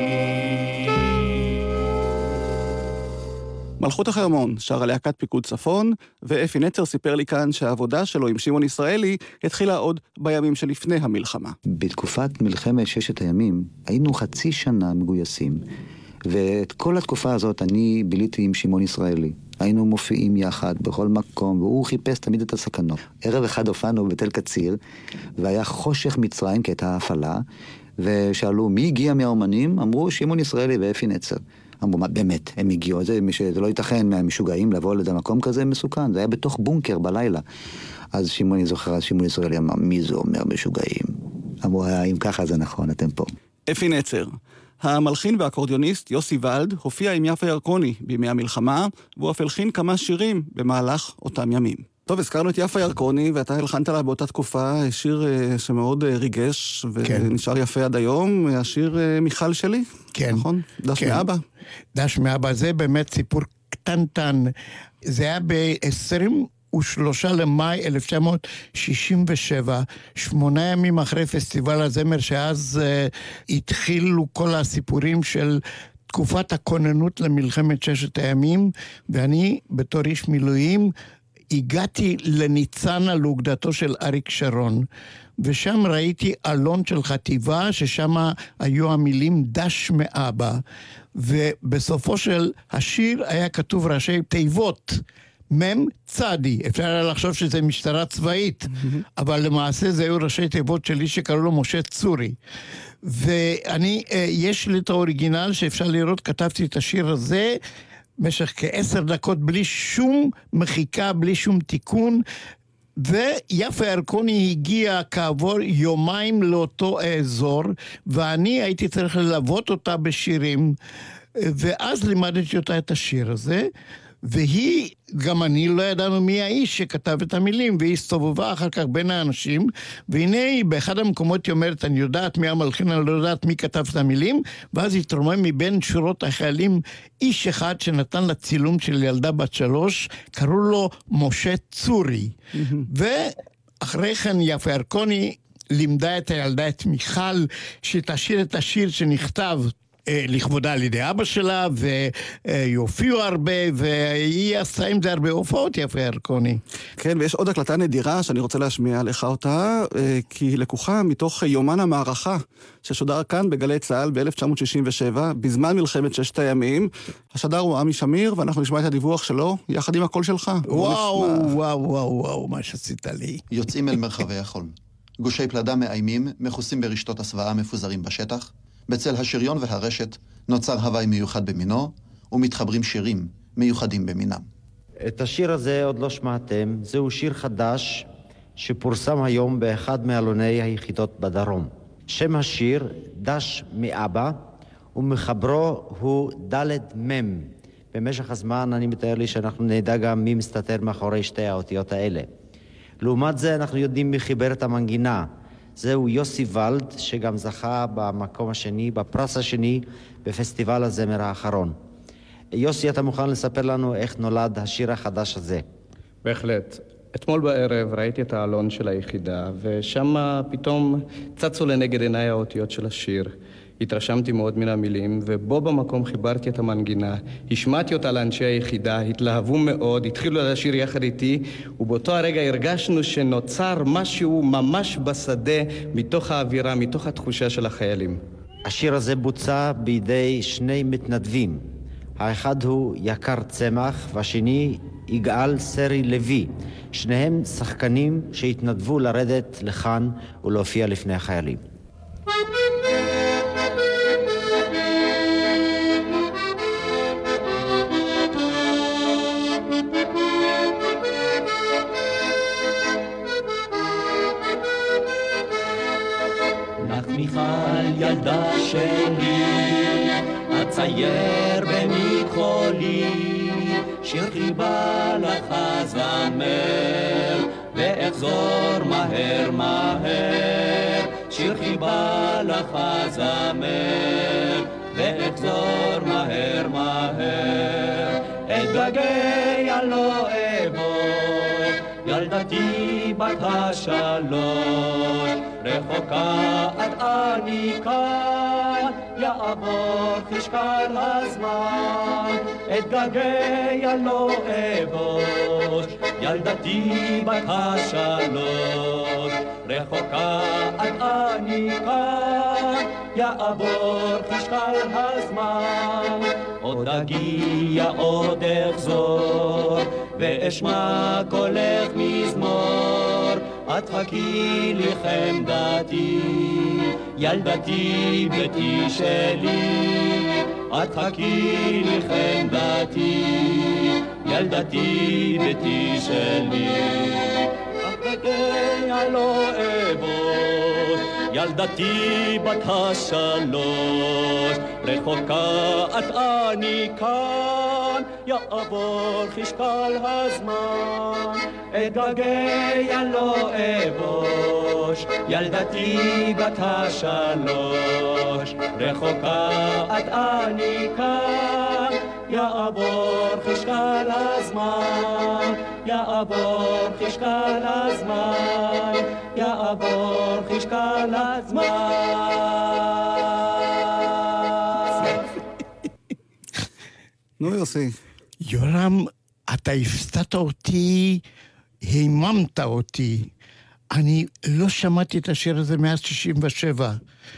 מלכות החרמון שרה להקת פיקוד צפון, ואפי נצר סיפר לי כאן שהעבודה שלו עם שמעון ישראלי התחילה עוד בימים שלפני המלחמה. בתקופת מלחמת ששת הימים היינו חצי שנה מגויסים, ואת כל התקופה הזאת אני ביליתי עם שמעון ישראלי. היינו מופיעים יחד בכל מקום, והוא חיפש תמיד את הסכנות. ערב אחד הופענו בתל קציר, והיה חושך מצרים כי הייתה הפעלה, ושאלו מי הגיע מהאומנים? אמרו שמעון ישראלי ואפי נצר. אמרו, מה, באמת, הם הגיעו, זה לא ייתכן מהמשוגעים לבוא לזה מקום כזה מסוכן, זה היה בתוך בונקר בלילה. אז שמעון ישראלי אמר, מי זה אומר משוגעים? אמרו, אם ככה זה נכון, אתם פה. אפי נצר. המלחין והאקורדיוניסט יוסי ולד הופיע עם יפה ירקוני בימי המלחמה, והוא אף הלחין כמה שירים במהלך אותם ימים. טוב, הזכרנו את יפה ירקוני, ואתה הלחנת לה באותה תקופה שיר שמאוד ריגש, ונשאר יפה עד היום, השיר מיכל שלי. כן. נכון? דש מאבא. דש מאבא, זה באמת סיפור קטנטן. זה היה ב-23 למאי 1967, 8 ימים אחרי פסטיבל הזמר, שאז התחילו כל הסיפורים של תקופת הכוננות למלחמת ששת הימים, ואני בתור איש מילואים, הגעתי לניצנה לאוגדתו של אריק שרון, ושם ראיתי אלון של חטיבה, ששם היו המילים דש מאבא, ובסופו של השיר היה כתוב ראשי תיבות, מם צדי, אפשר היה לחשוב שזה משטרה צבאית, אבל למעשה זה היו ראשי תיבות שלי שקראו לו משה צורי. ואני, יש לי את האוריגינל שאפשר לראות, כתבתי את השיר הזה, במשך כ10 דקות בלי שום מחיקה, בלי שום תיקון, ויפה ירקוני הגיע כעבור יומיים לאותו האזור, ואני הייתי צריך ללוות אותה בשירים, ואז לימדתי אותה את השיר הזה, והיא, גם אני לא ידענו מי האיש שכתב את המילים, והיא הסתובבה אחר כך בין האנשים, והנה באחד המקומות היא אומרת, אני יודעת מי המלחין, אני לא יודעת מי כתב את המילים, ואז היא תרומם מבין שורות החיילים, איש אחד שנתן לה צילום של ילדה בת 3, קראו לו משה צורי, ואחרי כן יפה ירקוני לימדה את הילדה את מיכל, שתשאיר את השיר שנכתב, לכבודה על ידי אבא שלה, ויופיעו הרבה, והיא עשה עם זה הרבה הופעות, יפה ירקוני. כן, ויש עוד הקלטה נדירה שאני רוצה להשמיע לך אותה, כי היא לקוחה מתוך יומן המערכה, ששודר כאן בגלי צהל ב-1967, בזמן מלחמת ששת הימים. השדר הוא עמי שמיר, ואנחנו נשמע את הדיווח שלו, יחד עם הקול שלך. וואו, וואו, וואו, וואו, מה שעשית לי. יוצאים אל מרחבי החול. גושי פלדה מאיימים, מכוסים ברשתות הסוואה מפוזרים בשטח. בצל השריון והרשת נוצר הוואי מיוחד במינו, ומתחברים שירים מיוחדים במינם. את השיר הזה עוד לא שמעתם, זהו שיר חדש שפורסם היום באחד מעלוני היחידות בדרום. שם השיר דש מאבא, ומחברו הוא דלת מם. במשך הזמן אני מתאר לי שאנחנו נדע גם מי מסתתר מאחורי שתי האותיות האלה. לעומת זה אנחנו יודעים מי חיבר את המנגינה. זהו יוסי ולד, שגם זכה במקום השני, בפרס השני, בפסטיבל הזמר האחרון. יוסי, אתה מוכן לספר לנו איך נולד השיר החדש הזה? בהחלט. אתמול בערב ראיתי את העלון של היחידה, ושם פתאום צצו לנגד עיניי האותיות של השיר. התרשמתי מאוד מן המילים, ובו במקום חיברתי את המנגינה, השמעתי אותה לאנשי היחידה, התלהבו מאוד, התחילו לשיר יחד איתי, ובאותו הרגע הרגשנו שנוצר משהו ממש בשדה, מתוך האווירה, מתוך התחושה של החיילים. השיר הזה בוצע בידי שני מתנדבים. האחד הוא יקר צמח, והשני יגאל סרי לוי. שניהם שחקנים שהתנדבו לרדת לכאן ולהופיע לפני החיילים. לך מיכל ילדה שלי, צייר במכחולי, שיר חיבה לך זמר, ואחזור מהר מהר, שיר חיבה לך זמר, ואחזור מהר מהר, אתגעגע לא אבוא, ילדתי בת השלוש, רחוקה עד אני כאן, יעבור חשקל הזמן, אתגעגע לא אבוש, ילדתי בת השלוש, רחוקה עד אני כאן, יעבור חשקל הזמן, עוד אגיע עוד אחזור, ואשמע קולך מזמור, את חכי לי חמדתי, ילדתי ביתי שלי, את חכי לי חמדתי, ילדתי ביתי שלי. אתגעגע לא אבוא, ילדתי בת השלוש, רחוקה את אני כאן, יעבור חשקל הזמן, אתגעגע לא אבוש, ילדתי בת השלוש, רחוקה את אני כאן, יעבור חשקל הזמן, יעבור חשקל הזמן, יעבור חשקל הזמן. נו יוסי. יורם, אתה הפתעת אותי, היממת אותי. אני לא שמעתי את השיר הזה מאז 67,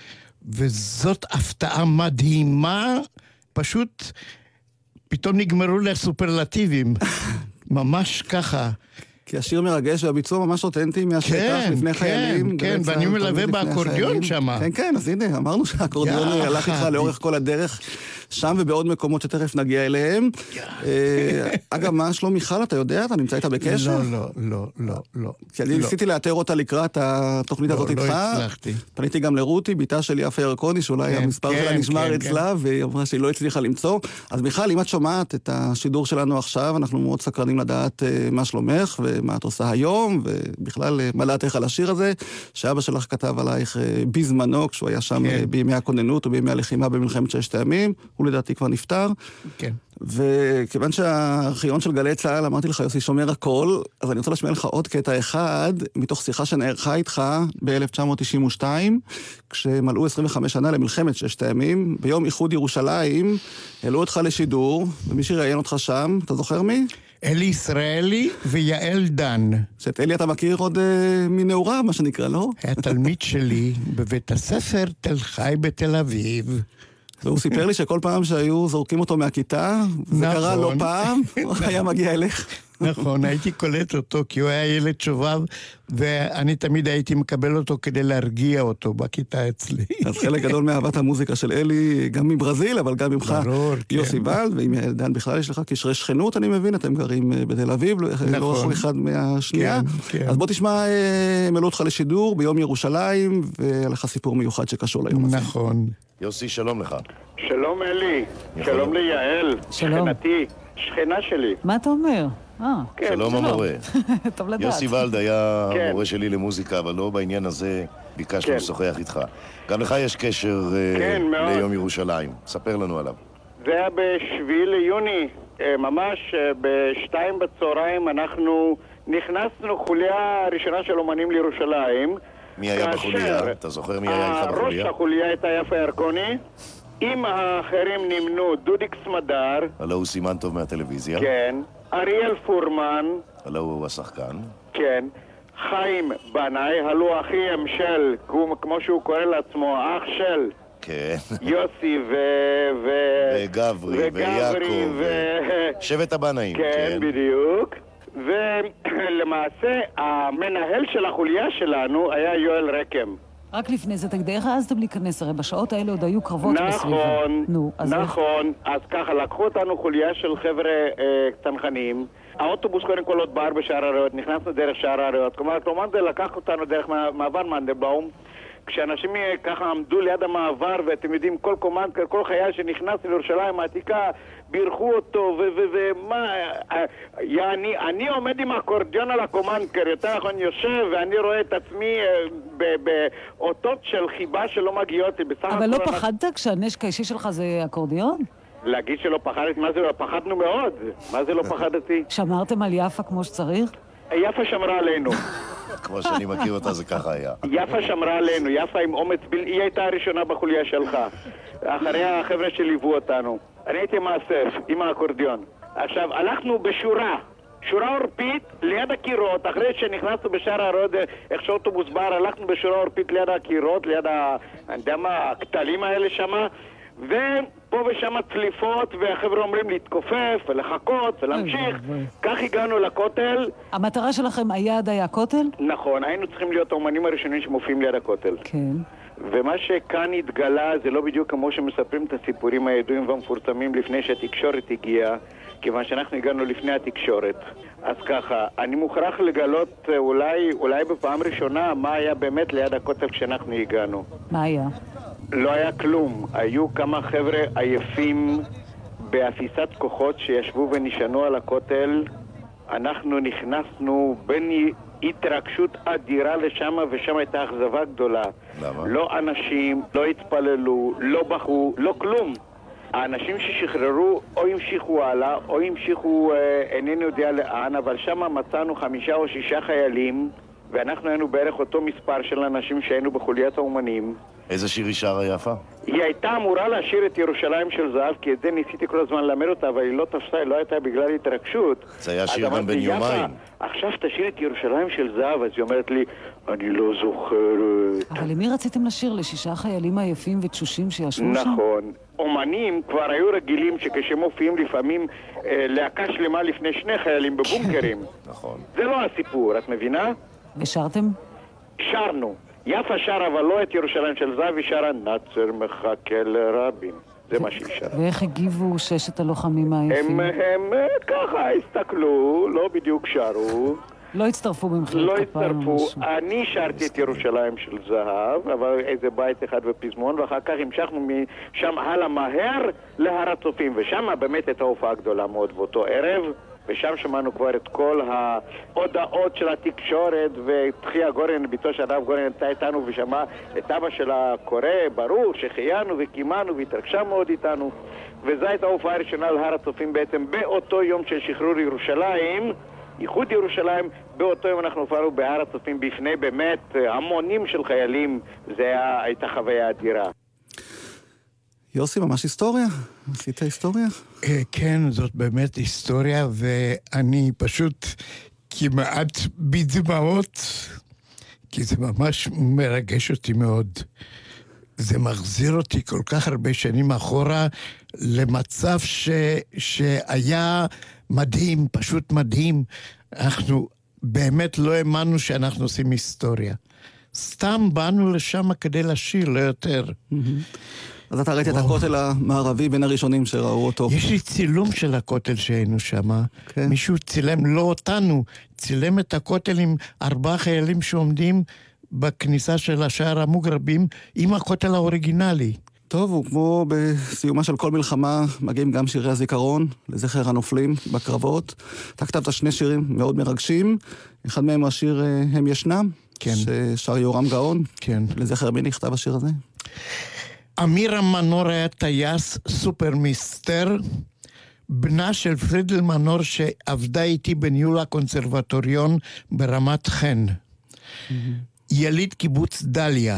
וזאת הפתעה מדהימה, פשוט פתאום נגמרו לי הסופרלטיבים. ממש ככה. כי השיר מרגש והביצוע ממש אותנטי מהשטח לפני חיילים. כן, ואני מלווה באקורדיון שם. כן, כן, אז הנה, אמרנו שהאקורדיון הלך איתך לאורך כל הדרך, שם ובעוד מקומות שתכף נגיע אליהם. אגב, מה שלום מיכל, אתה יודע? אתה נמצא איתה בקשר? לא. כי אני ניסיתי לאתר אותה לקראת התוכנית הזאת איתך. לא הצלחתי. פניתי גם לרותי, ביתה של יפה ירקוני, שאולי המספר שלה נשמר אצלה, והיא אמרה שהיא לא הצליחה למצוא. אז מיכל, אם את שומעת את השידור שלנו עכשיו, אנחנו מאוד סקרנים לדעת מה שלומך ומה את עושה היום, ובכלל מה דעתך על השיר הזה, שאבא שלך כתב עלייך בזמנו, כשהוא היה שם בימי הכוננות ובימי הלחימה במלחמת ששת הימים, הוא לדעתי כבר נפטר. כן. וכיוון שהארכיון של גלי צהל, אמרתי לך, יוסי שומר הכל, אז אני רוצה לשמיע לך עוד קטע אחד, מתוך שיחה שנערכה איתך ב-1992, כשמלאו 25 שנה למלחמת ששת הימים, ביום איחוד ירושלים, העלו אותך לשידור, ומי שראיין אותך שם, אתה זוכר מי? אלי ישראלי ויעל דן. שאת אלי אתה מכיר עוד מנעורה, מה שנקרא, לא? היה תלמיד שלי בבית הספר תל חי בתל אביב. והוא סיפר לי שכל פעם שהיו זורקים אותו מהכיתה, זה קרה לא פעם, הוא היה מגיע אליך. נכון, הייתי קולט אותו, כי הוא היה ילד שובב, ואני תמיד הייתי מקבל אותו כדי להרגיע אותו בכיתה אצלי. אז חלק גדול מאהבת המוזיקה של אלי, גם מברזיל, אבל גם ממך, יוסי ולד, ועם דן בכלל יש לך קשרי שכנות, אני מבין, אתם גרים בתל אביב, לא רחוק אחד מהשנייה. אז בוא תשמע, מלאו אותך לשידור ביום ירושלים, ולך סיפור מיוחד שקשור ליום הזה. נכון. יוסי, שלום לך. שלום אלי, שלום ליעל, שכנתי, שכנה שלי. מה אתה אומר? שלום המורה. טוב לדעת. יוסי ולד היה המורה שלי למוזיקה, אבל לא בעניין הזה ביקשנו לשוחח איתך. גם לך יש קשר ליום ירושלים, ספר לנו עליו. זה היה ב7 ליוני, ממש ב2 בצהריים אנחנו נכנסנו חוליה ראשונה של אומנים לירושלים. מי היה בחוליה? אתה זוכר מי היה איתך בחוליה? ראש החוליה הייתה יפה ירקוני, עם האחרים נמנו דודיק סמדר. הלא הוא סימן טוב מהטלוויזיה. כן. אריאל פורמן. הלא הוא השחקן. כן. חיים בנאי, הלא אחיהם של, כמו שהוא קורא לעצמו, אח של. כן. יוסי וגברי ויעקב. שבט הבנאים. כן, בדיוק. ולמעשה המנהל של החוליה שלנו היה יואל רקם. רק לפני זה, איך העזתם להיכנס? הרי בשעות האלה עוד היו קרבות בסביבה. נכון. אז ככה, לקחו אותנו חוליה של חבר'ה צנחנים. האוטובוס קודם כל עוד בער בשער הרעות, נכנסנו דרך שער הרעות. כלומר, זה לקח אותנו דרך מעבר מנדלבאום, כשאנשים ככה עמדו ליד המעבר, ואתם יודעים, כל קומנדקר, כל חייל שנכנס לירושלים העתיקה, בירכו אותו, ומה... אני עומד עם האקורדיון על הקומנדקר, יותר נכון יושב, ואני רואה את עצמי באותות של חיבה שלא מגיעות לי. אבל לא פחדת כשהנשק האישי שלך זה אקורדיון? להגיד שלא פחדתי, מה זה לא? פחדנו מאוד. מה זה לא פחדתי? שמרתם על יפה כמו שצריך? יפה שמרה עלינו. כמו שאני מכיר אותה, זה ככה היה. יפה שמרה עלינו, יפה עם אומץ היא הייתה הראשונה בחוליה שלך. אחרי החבר'ה שליוו אותנו. אני הייתי מאסף עם האקורדיון. עכשיו, הלכנו בשורה. שורה עורפית ליד הקירות, אחרי שנכנסנו בשער הרוד, איך שאוטובוס בר, הלכנו בשורה עורפית ליד הקירות, ליד אני יודע מה, הכתלים האלה שמה, ופה ושם צליפות, והחבר'ה אומרים להתכופף ולחכות ולהמשיך. כך הגענו לכותל. המטרה שלכם, היעד היה הכותל? נכון, היינו צריכים להיות האומנים הראשונים שמופיעים ליד הכותל. כן. ומה שכאן התגלה זה לא בדיוק כמו שמספרים את הסיפורים הידועים והמפורסמים לפני שהתקשורת הגיעה, כיוון שאנחנו הגענו לפני התקשורת. אז ככה, אני מוכרח לגלות אולי בפעם ראשונה מה היה באמת ליד הכותל כשאנחנו הגענו. מה היה? לא היה כלום. היו כמה חבר'ה עייפים באפיסת כוחות שישבו ונשענו על הכותל. אנחנו נכנסנו בין התרגשות אדירה לשם, ושם הייתה אכזבה גדולה. למה? לא אנשים, לא התפללו, לא בכו, לא כלום. האנשים ששחררו או המשיכו הלאה, או המשיכו איננו יודע לאן, אבל שם מצאנו 5 או 6 חיילים, ואנחנו היינו בערך אותו מספר של אנשים שהיינו בחוליית האומנים. איזה שיר היא שרה יפה? היא הייתה אמורה לשיר את ירושלים של זהב, כי את זה ניסיתי כל הזמן ללמד אותה, אבל היא לא תפסה, היא לא הייתה בגלל התרגשות. זה היה שיר גם בין יומיים. עכשיו תשאיר את ירושלים של זהב, אז היא אומרת לי, אני לא זוכרת. אבל למי רציתם לשיר? ל6 חיילים עייפים ותשושים שישבו שם? נכון. אומנים כבר היו רגילים שכשמופיעים לפעמים להקה שלמה לפני 2 חיילים בבונקרים. נכון. זה לא הסיפור, את מבינה? ושרתם? שרנו. יפה שר, אבל לא את ירושלים של זהב, היא שרה נצר מחכה לרבין. זה מה שהיא שרה. ואיך הגיבו 6 הלוחמים העייפים? הם ככה הסתכלו, לא בדיוק שרו. לא הצטרפו במחיאות כפיים? לא הצטרפו. אני שרתי את ירושלים של זהב, אבל איזה בית אחד בפזמון, ואחר כך המשכנו משם הלאה מהר להר הצופים, ושם באמת הייתה הופעה גדולה מאוד באותו ערב. ושם שמענו כבר את כל ההודעות של התקשורת, ותחיה גורן, ביתו של הרב גורן, הייתה איתנו ושמע את אבא שלה קורא, ברור, שחיינו וקימנו והתרגשה מאוד איתנו. וזו הייתה ההופעה הראשונה על הר הצופים בעצם באותו יום של שחרור ירושלים, ייחוד ירושלים. באותו יום אנחנו הופענו בהר הצופים בפני באמת המונים של חיילים. זו הייתה חוויה אדירה. יוסי, ממש היסטוריה? עשית היסטוריה? כן, זאת באמת היסטוריה, ואני פשוט כמעט בדמעות, כי זה ממש מרגש אותי מאוד. זה מחזיר אותי כל כך הרבה שנים אחורה למצב שהיה מדהים, פשוט מדהים. אנחנו באמת לא האמנו שאנחנו עושים היסטוריה. סתם באנו לשם כדי לשיר, לא יותר. אז אתה ראית את הכותל המערבי בין הראשונים שראו אותו. יש לי צילום של הכותל שהיינו שם. מישהו צילם, לא אותנו, צילם את הכותל עם 4 חיילים שעומדים בכניסה של השער המוגרבים עם הכותל האוריגינלי. טוב, וכמו בסיומה של כל מלחמה מגיעים גם שירי הזיכרון לזכר הנופלים בקרבות. אתה כתבת 2 שירים מאוד מרגשים. אחד מהם השיר הם ישנם, כן. ששר יורם גאון. כן. לזכר מי נכתב השיר הזה? אמירם מנור היה טייס סופר מיסטר, בנה של פרידל מנור שעבדה איתי בניהול הקונסרבטוריון ברמת חן. יליד קיבוץ דליה.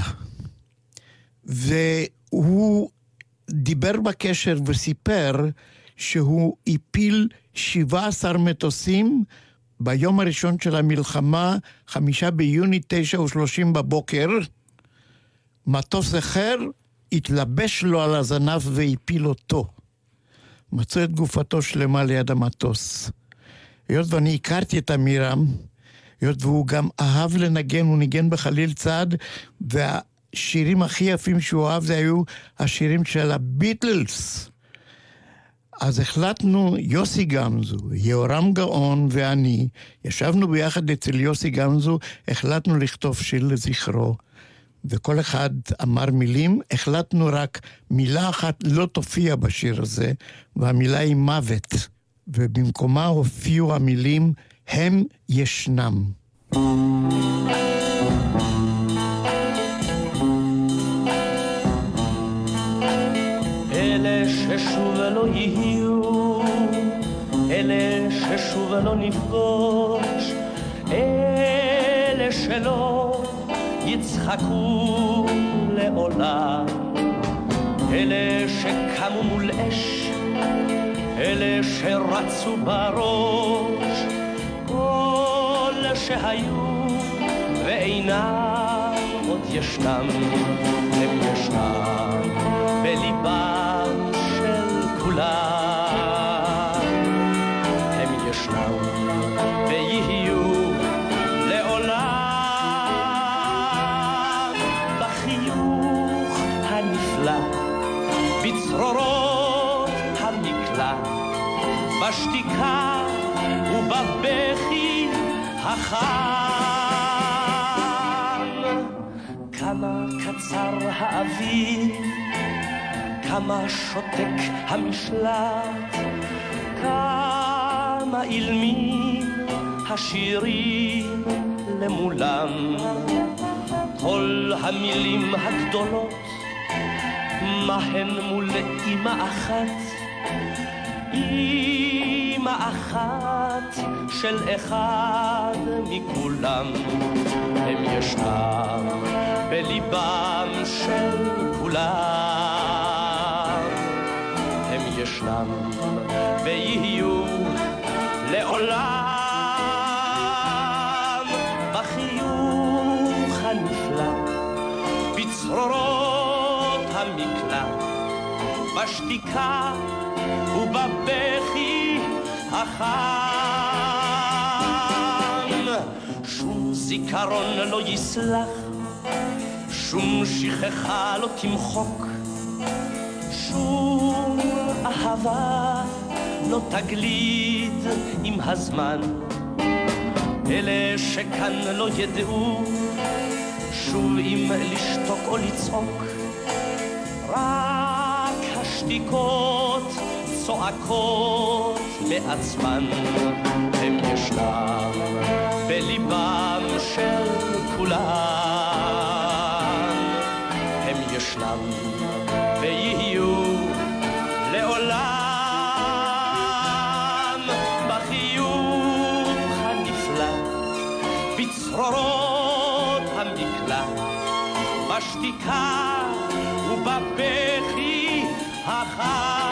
והוא דיבר בקשר וסיפר שהוא הפיל 17 מטוסים ביום הראשון של המלחמה, 5 ביוני 9:30 בבוקר. מטוס אחר התלבש לו על הזנב והפיל אותו. מצאו את גופתו שלמה ליד המטוס. היות ואני הכרתי את אמירם, היות והוא גם אהב לנגן, הוא ניגן בחליל צעד, והשירים הכי יפים שהוא אהב זה היו השירים של הביטלס. אז החלטנו, יוסי גמזו, יורם גאון ואני, ישבנו ביחד אצל יוסי גמזו, החלטנו לכתוב שיר לזכרו. וכל אחד אמר מילים, החלטנו רק מילה אחת לא תופיע בשיר הזה, והמילה היא מוות, ובמקומה הופיעו המילים, הם ישנם. אלה ששוב לא יהיו, אלה ששוב לא נפגוש, אלה שלא יצחקו לעולם, אלה שקמו מול אש, אלה שרצו בראש, כל שהיו ואינם עוד ישנם, הם ישנם בליבם של כולם, הם ישנם ויהיו לעולם, בחיוך הנפלא, בצרורות המקלע, בשתיקה ובבכי החם. כמה קצר האוויר, כמה שותק המשלט, כמה אילמים השירים למולם, כל המילים הגדולות, מה הן מול אמא אחת, אמא אחת של אחד מכולם, הם ישנם בליבם של כולם, הם ישנם ויהיו לעולם, בחיוך הנפלא, בצרורות המקלע, בשתיקה ובבכי החם. שום זיכרון לא יסלח, שום שכחה לא תמחוק, שום אהבה לא תגליד עם הזמן. אלה שכאן לא ידעו שוב אם לשתוק או לצעוק, רק השתיקות צועקות בעצמן, הם ישנם בליבם של כולם, הם ישנם ויהיו לעולם, בחיוך הנפלא, בצרורות המקלע, בשתיקה ובבכי החם.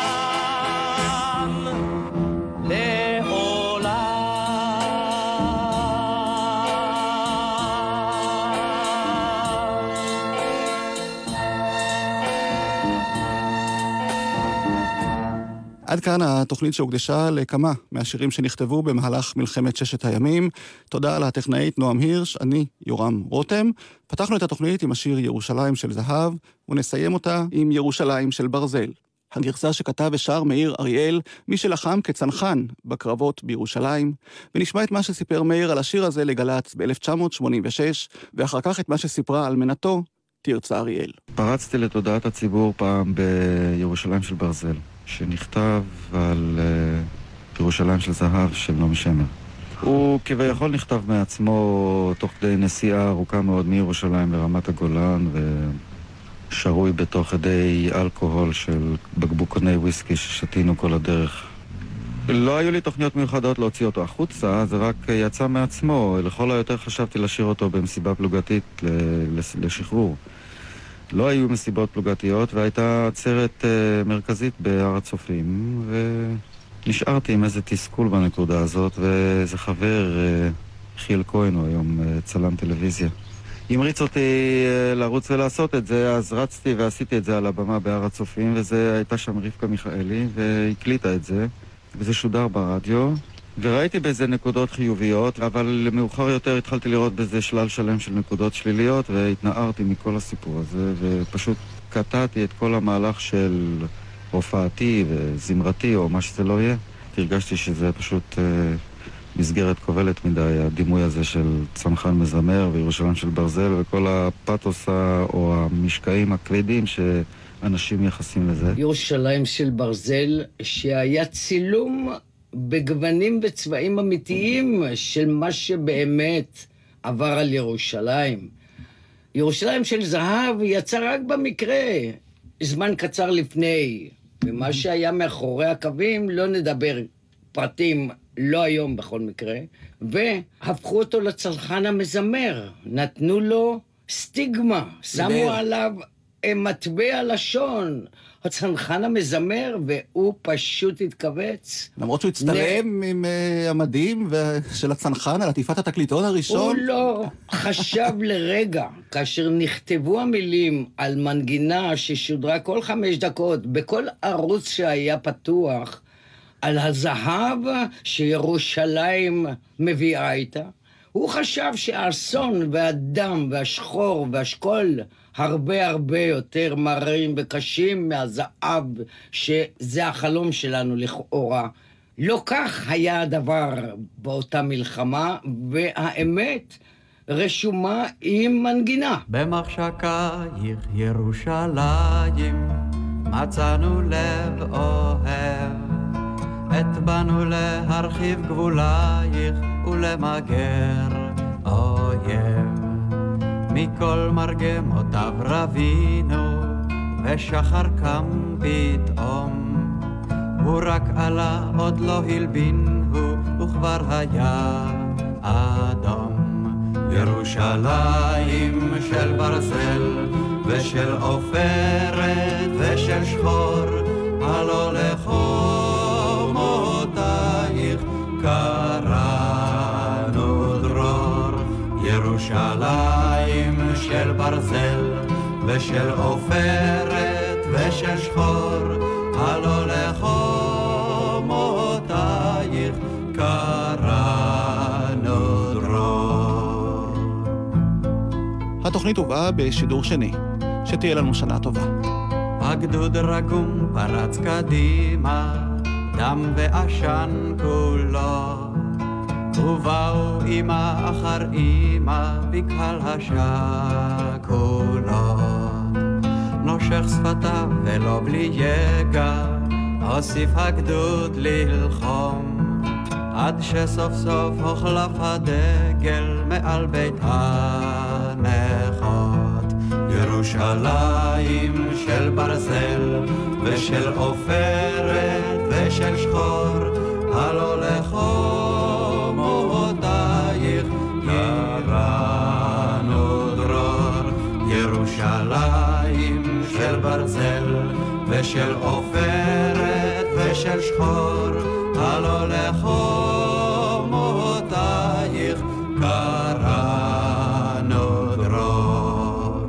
עד כאן התוכנית שהוקדשה לכמה מהשירים שנכתבו במהלך מלחמת ששת הימים. תודה לטכנאית נועם הירש, אני יורם רותם. פתחנו את התוכנית עם השיר ירושלים של זהב, ונסיים אותה עם ירושלים של ברזל. הגרסה שכתב ושר מאיר אריאל, מי שלחם כצנחן בקרבות בירושלים, ונשמע את מה שסיפר מאיר על השיר הזה לגלץ ב-1986, ואחר כך את מה שסיפרה על מנתו, תרצה אריאל. פרצתי לתודעת הציבור פעם בירושלים של ברזל, שנכתב על ירושלים של זהב של נעמי שמר. הוא כביכול נכתב מעצמו תוך כדי נסיעה ארוכה מאוד מירושלים לרמת הגולן, ושרוי בתוך כדי אלכוהול של בקבוקוני וויסקי ששתינו כל הדרך. לא היו לי תוכניות מיוחדות להוציא אותו החוצה, זה רק יצא מעצמו. לכל היותר חשבתי לשיר אותו במסיבה פלוגתית לשחרור. לא היו מסיבות פלוגתיות, והייתה עצרת מרכזית בהר הצופים, ונשארתי עם איזה תסכול בנקודה הזאת, ואיזה חבר, חיל כהן, הוא היום צלם טלוויזיה, המריץ אותי לרוץ ולעשות את זה, אז רצתי ועשיתי את זה על הבמה בהר הצופים, וזה הייתה שם רבקה מיכאלי, והקליטה את זה, וזה שודר ברדיו, וראיתי בזה נקודות חיוביות, אבל מאוחר יותר התחלתי לראות בזה שלל שלם של נקודות שליליות, והתנערתי מכל הסיפור הזה, ופשוט קטעתי את כל המהלך של הופעתי וזמרתי, או מה שזה לא יהיה. הרגשתי שזה פשוט מסגרת כובלת מדי, הדימוי הזה של צנחן מזמר וירושלים של ברזל וכל הפאתוס או המשקעים הכבדים שאנשים יחסים לזה. ירושלים של ברזל שהיה צילום בגוונים וצבעים אמיתיים של מה שבאמת עבר על ירושלים. ירושלים של זהב יצא רק במקרה, זמן קצר לפני, ומה שהיה מאחורי הקווים לא נדבר פרטים, לא היום בכל מקרה, והפכו אותו לצנחן המזמר, נתנו לו סטיגמה, שמו עליו מטבע לשון, הצנחן המזמר, והוא פשוט התכווץ. למרות שהוא הצטלם עם המדים של הצנחן על עטיפת התקליטון הראשון? הוא לא חשב לרגע, כאשר נכתבו המילים על מנגינה ששודרה כל 5 דקות, בכל ערוץ שהיה פתוח, על הזהב שירושלים מביאה איתה, הוא חשב שהאסון והדם והשחור והשכול הרבה הרבה יותר מרים וקשים מהזהב, שזה החלום שלנו לכאורה. לא כך היה הדבר באותה מלחמה, והאמת רשומה עם מנגינה. במחשקייך ירושלים מצאנו לב אוהב, אתבנו להרחיב גבולייך ולמגר אויב. מכל מרגמותיו רבינו, ושחר קם פתאום. הוא רק עלה, עוד לא הלבין הוא, וכבר היה אדום. ירושלים של ברזל, ושל עופרת, ושל שחור, הלא לחומותייך קראנו דרור. ירושלים של ברזל ושל עופרת ושל שחור, הלא לחומותייך קראנו דרור. התוכנית הובאה בשידור שני. שתהיה לנו שנה טובה. הגדוד רגום פרץ קדימה, דם ועשן כולו, ובאו אמא אחר אמא בקהל השכולות. נושך שפתיו ולא בלי יגע, הוסיף הגדוד ללחום, עד שסוף סוף הוחלף הדגל מעל בית הנכות. ירושלים של ברזל ושל עופרת ושל שחור, הלא לחומותייך קראנו דרור. ירושלים של ברזל ושל עופרת ושל שחור, הלא לחומותייך קראנו דרור.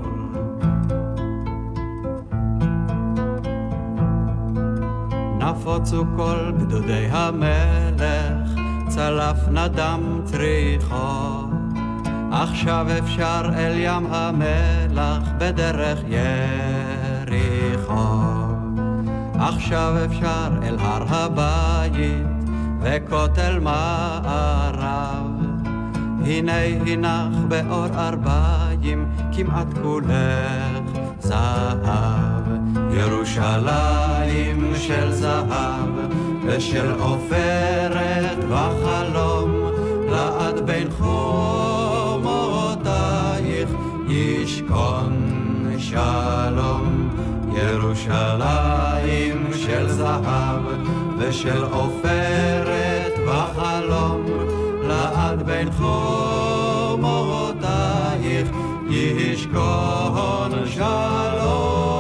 נפוצו כל גדודי המלך, צלף נדם צריחו, עכשיו אפשר אל ים המלח בדרך יריחו. עכשיו אפשר אל הר הבית וכותל מערב, הנה הנח באור 40 כמעט כולך זהב. ירושלים של זהב ושל עופרת וחלום, לעד בין חומותייך ישכון שלום. ירושלים של זהב ושל עופרת וחלום, לעד בין חומותייך ישכון שלום.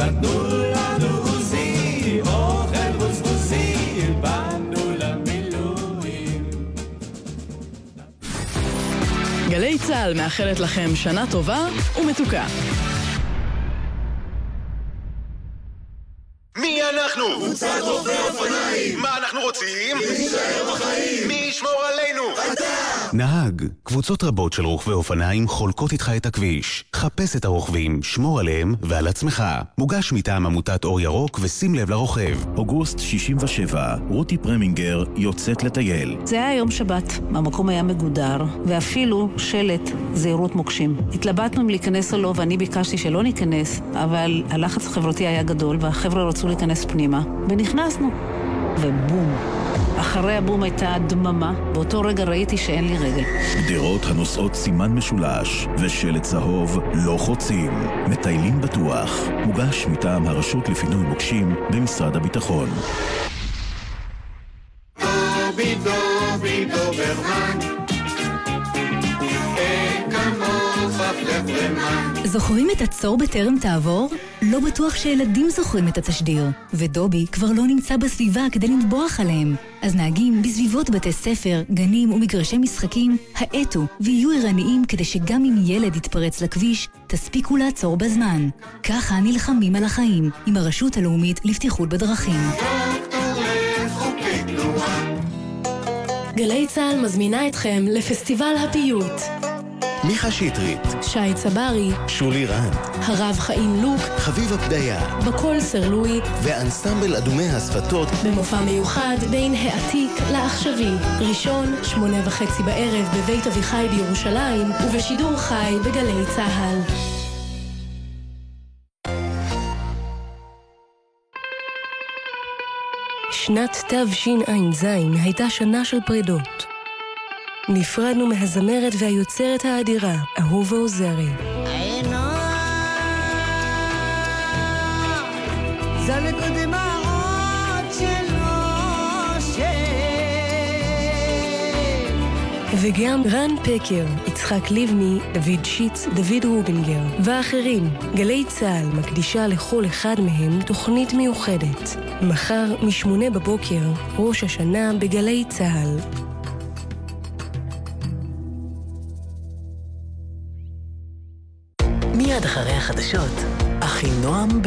נתנו לנו עוזי, אוכל בוזבוזי, באנו למילואים. גלי צהל מאחלת לכם שנה טובה ומתוקה. מי אנחנו? קבוצת רוכבי אופניים. מה אנחנו רוצים? להישאר בחיים. מי ישמור עלינו? אתה! נהג, קבוצות רבות של רוכבי אופניים חולקות איתך את הכביש. חפש את הרוכבים, שמור עליהם ועל עצמך. מוגש מטעם עמותת אור ירוק ושים לב לרוכב. אוגוסט 67, רותי פרמינגר יוצאת לטייל. זה היה יום שבת, המקום היה מגודר, ואפילו שלט זהירות מוקשים. התלבטנו אם להיכנס או לא, ואני ביקשתי שלא ניכנס, אבל הלחץ החברתי היה גדול, והחבר'ה רצו להיכנס פנימה, ונכנסנו. ובום. אחרי הבום הייתה דממה, באותו רגע ראיתי שאין לי רגל. גדרות הנושאות סימן משולש, ושלט צהוב לא חוצים. מטיילים בטוח. מוגש מטעם הרשות לפינוי מוקשים במשרד הביטחון. דובי דובי דוברמן, אין כמוך פלפלמן. זוכרים את הצור בטרם תעבור? לא בטוח שילדים זוכרים את התשדיר, ודובי כבר לא נמצא בסביבה כדי לנבוח עליהם. אז נהגים בסביבות בתי ספר, גנים ומגרשי משחקים, האטו ויהיו ערניים כדי שגם אם ילד יתפרץ לכביש, תספיקו לעצור בזמן. ככה נלחמים על החיים עם הרשות הלאומית לבטיחות בדרכים. גלי צהל מזמינה אתכם לפסטיבל הפיוט. מיכה שטרית, שי צברי, שולי רן, הרב חיים לוק, חביבה פדיה, בקול סרלוי ואנסמבל אדומי השפתות במופע מיוחד בין העתיק לעכשווי. ראשון, 8:30 בערב בבית אביחי בירושלים ובשידור חי בגלי צהל. שנת תשע"ז הייתה שנה של פרידות. נפרדנו מהזמרת והיוצרת האדירה, אהובה עוזרי. זלגו דמעות של אושר. וגם רן פקר, יצחק לבני, דוד שיץ, דוד רובינגר ואחרים. גלי צהל מקדישה לכל אחד מהם תוכנית מיוחדת. מחר מ8 בבוקר, ראש השנה בגלי צהל. מיד אחרי החדשות, אחינועם